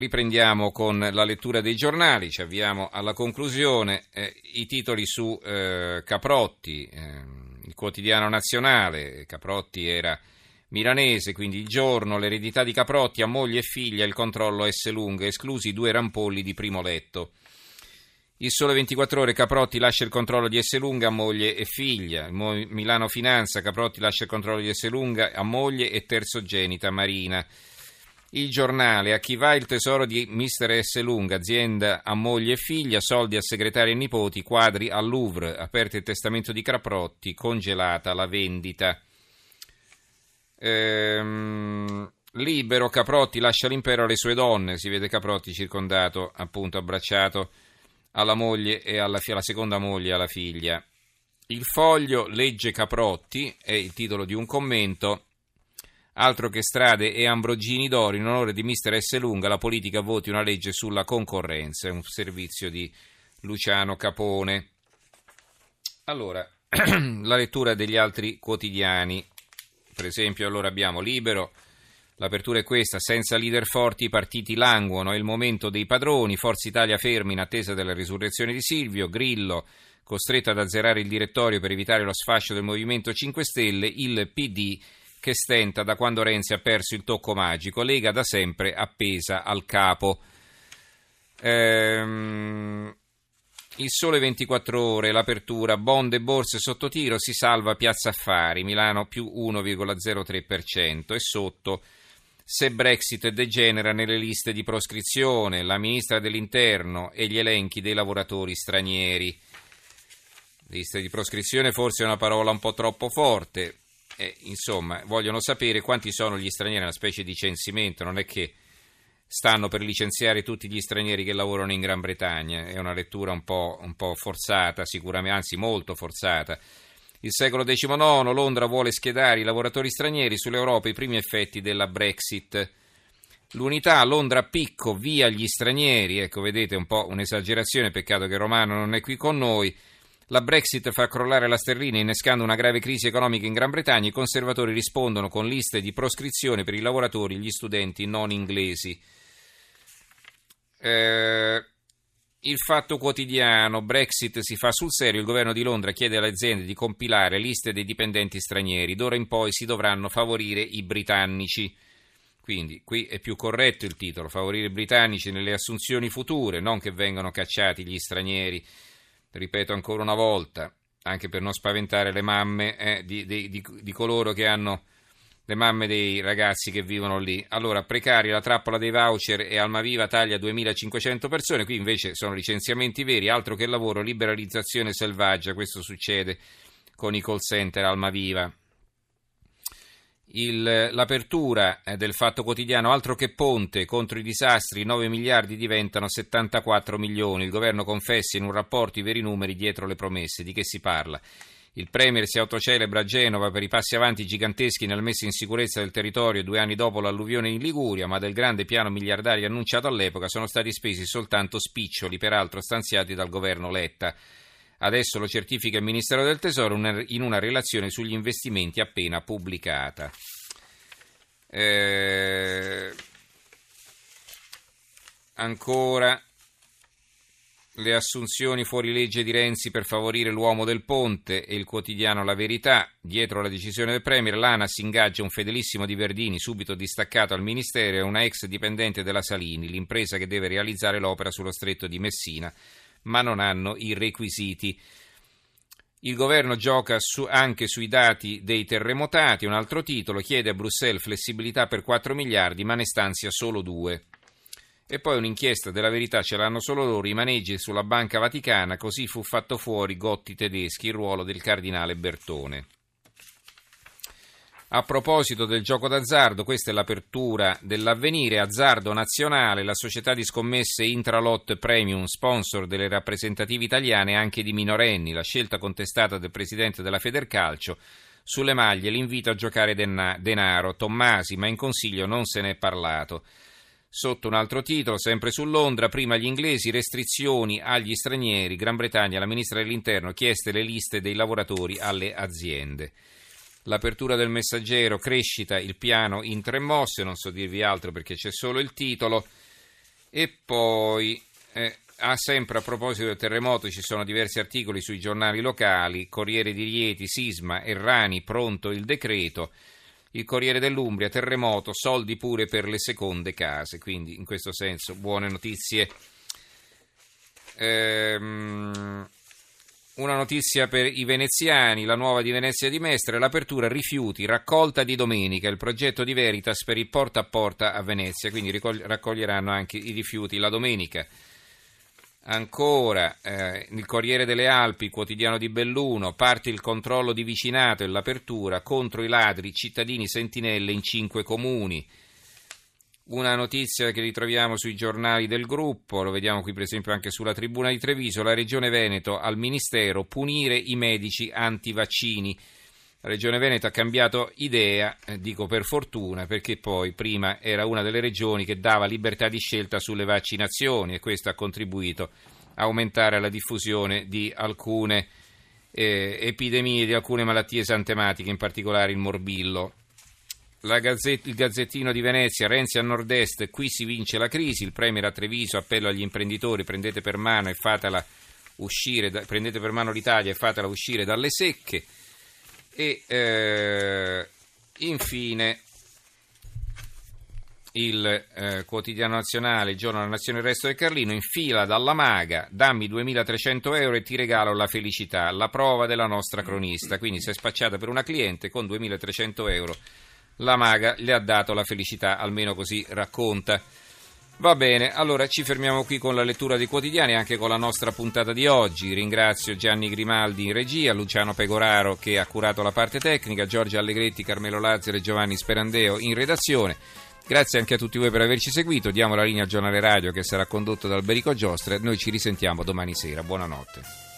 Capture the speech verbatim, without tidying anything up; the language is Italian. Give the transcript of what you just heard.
Riprendiamo con la lettura dei giornali, ci avviamo alla conclusione. Eh, I titoli su eh, Caprotti, eh, il quotidiano nazionale. Caprotti era milanese, quindi Il Giorno, l'eredità di Caprotti a moglie e figlia, il controllo Esselunga, esclusi i due rampolli di primo letto. Il Sole ventiquattro Ore, Caprotti lascia il controllo di Esselunga a moglie e figlia. Il Milano Finanza, Caprotti lascia il controllo di Esselunga a moglie e terzogenita Marina. Il Giornale, a chi va il tesoro di mister Esselunga, azienda a moglie e figlia, soldi a segretari e nipoti, quadri al Louvre, aperto il testamento di Caprotti, congelata la vendita. Ehm, Libero, Caprotti lascia l'impero alle sue donne, si vede Caprotti circondato, appunto abbracciato alla moglie e alla, alla seconda moglie e alla figlia. Il Foglio, legge Caprotti, è il titolo di un commento. Altro che strade e Ambrogini d'oro, in onore di mister Esselunga, la politica voti una legge sulla concorrenza, è un servizio di Luciano Capone. Allora, la lettura degli altri quotidiani, per esempio, allora abbiamo Libero, l'apertura è questa: senza leader forti i partiti languono, è il momento dei padroni, Forza Italia ferma in attesa della risurrezione di Silvio, Grillo costretto ad azzerare il direttorio per evitare lo sfascio del Movimento cinque Stelle, il P D che stenta da quando Renzi ha perso il tocco magico, Lega da sempre appesa al capo. Ehm, il Sole ventiquattro Ore, l'apertura, bond e borse sotto tiro, si salva Piazza Affari, Milano più uno virgola zero tre per cento, e sotto, se Brexit degenera nelle liste di proscrizione, la ministra dell'Interno e gli elenchi dei lavoratori stranieri. Liste di proscrizione forse è una parola un po' troppo forte. Eh, insomma, vogliono sapere quanti sono gli stranieri, una specie di censimento, non è che stanno per licenziare tutti gli stranieri che lavorano in Gran Bretagna, è una lettura un po', un po' forzata, sicuramente, anzi molto forzata. Il Secolo diciannove, Londra vuole schedare i lavoratori stranieri, sull'Europa i primi effetti della Brexit. L'Unità, Londra picco, via gli stranieri, ecco vedete un po' un'esagerazione, peccato che Romano non è qui con noi. La Brexit fa crollare la sterlina innescando una grave crisi economica in Gran Bretagna. I conservatori rispondono con liste di proscrizione per i lavoratori e gli studenti non inglesi. Eh, il Fatto Quotidiano, Brexit si fa sul serio, il governo di Londra chiede alle aziende di compilare liste dei dipendenti stranieri. D'ora in poi si dovranno favorire i britannici. Quindi qui è più corretto il titolo, favorire i britannici nelle assunzioni future, non che vengano cacciati gli stranieri. Ripeto ancora una volta, anche per non spaventare le mamme eh, di, di, di, di coloro che hanno, le mamme dei ragazzi che vivono lì. Allora, precari, la trappola dei voucher e Almaviva taglia duemilacinquecento persone, qui invece sono licenziamenti veri, altro che lavoro, liberalizzazione selvaggia, questo succede con i call center Almaviva. Il, l'apertura del Fatto Quotidiano, altro che ponte, contro i disastri, nove miliardi diventano settantaquattro milioni, il governo confessa in un rapporto i veri numeri dietro le promesse. Di che si parla? Il Premier si autocelebra a Genova per i passi avanti giganteschi nella messa in sicurezza del territorio due anni dopo l'alluvione in Liguria, ma del grande piano miliardario annunciato all'epoca sono stati spesi soltanto spiccioli, peraltro stanziati dal governo Letta. Adesso lo certifica il Ministero del Tesoro in una relazione sugli investimenti appena pubblicata. Eh, ancora le assunzioni fuori legge di Renzi per favorire l'uomo del ponte e il quotidiano La Verità. Dietro la decisione del Premier, l'ANAS ingaggia un fedelissimo di Verdini, subito distaccato al Ministero, e una ex dipendente della Salini, l'impresa che deve realizzare l'opera sullo stretto di Messina, ma non hanno i requisiti. Il governo gioca su, anche sui dati dei terremotati, un altro titolo, chiede a Bruxelles flessibilità per quattro miliardi, ma ne stanzia solo due. E poi un'inchiesta della Verità, ce l'hanno solo loro, i maneggi sulla Banca Vaticana, così fu fatto fuori Gotti Tedeschi, il ruolo del cardinale Bertone. A proposito del gioco d'azzardo, questa è l'apertura dell'Avvenire, azzardo nazionale, la società di scommesse Intralot Premium, sponsor delle rappresentative italiane anche di minorenni, la scelta contestata del presidente della Federcalcio, sulle maglie l'invito a giocare denaro, Tommasi, ma in consiglio non se ne è parlato. Sotto un altro titolo, sempre su Londra, prima gli inglesi, restrizioni agli stranieri, Gran Bretagna, la ministra dell'Interno, chieste le liste dei lavoratori alle aziende. L'apertura del Messaggero, crescita, il piano in tre mosse, non so dirvi altro perché c'è solo il titolo. E poi, eh, ah, sempre a proposito del terremoto, ci sono diversi articoli sui giornali locali, Corriere di Rieti, sisma, Errani, pronto il decreto, il Corriere dell'Umbria, terremoto, soldi pure per le seconde case, quindi in questo senso buone notizie. Ehm... Una notizia per i veneziani, la nuova di Venezia di Mestre, l'apertura rifiuti, raccolta di domenica, il progetto di Veritas per il porta a porta a Venezia, quindi raccoglieranno anche i rifiuti la domenica. Ancora, eh, il Corriere delle Alpi, quotidiano di Belluno, parte il controllo di vicinato e l'apertura contro i ladri, cittadini sentinelle in cinque comuni. Una notizia che ritroviamo sui giornali del gruppo, lo vediamo qui per esempio anche sulla Tribuna di Treviso, la Regione Veneto al Ministero punire i medici antivaccini. La Regione Veneto ha cambiato idea, eh, dico per fortuna, perché poi prima era una delle regioni che dava libertà di scelta sulle vaccinazioni e questo ha contribuito a aumentare la diffusione di alcune eh, epidemie, di alcune malattie esantematiche, in particolare il morbillo. La Gazzett- il Gazzettino di Venezia, Renzi a nord-est, qui si vince la crisi, il premier a Treviso, appello agli imprenditori, prendete per mano e fatela uscire, da, prendete per mano l'Italia e fatela uscire dalle secche. E eh, infine il eh, Quotidiano Nazionale, il Giorno della Nazione, il Resto del Carlino, in fila dalla maga, dammi duemilatrecento euro e ti regalo la felicità, la prova della nostra cronista, quindi si è spacciata per una cliente con duemilatrecento euro. La maga le ha dato la felicità, almeno così racconta. Va bene, allora ci fermiamo qui con la lettura dei quotidiani, anche con la nostra puntata di oggi. Ringrazio Gianni Grimaldi in regia, Luciano Pegoraro che ha curato la parte tecnica, Giorgia Allegretti, Carmelo Lazzaro e Giovanni Sperandeo in redazione. Grazie anche a tutti voi per averci seguito. Diamo la linea al giornale radio che sarà condotto da Alberico Giostra. Noi ci risentiamo domani sera. Buonanotte.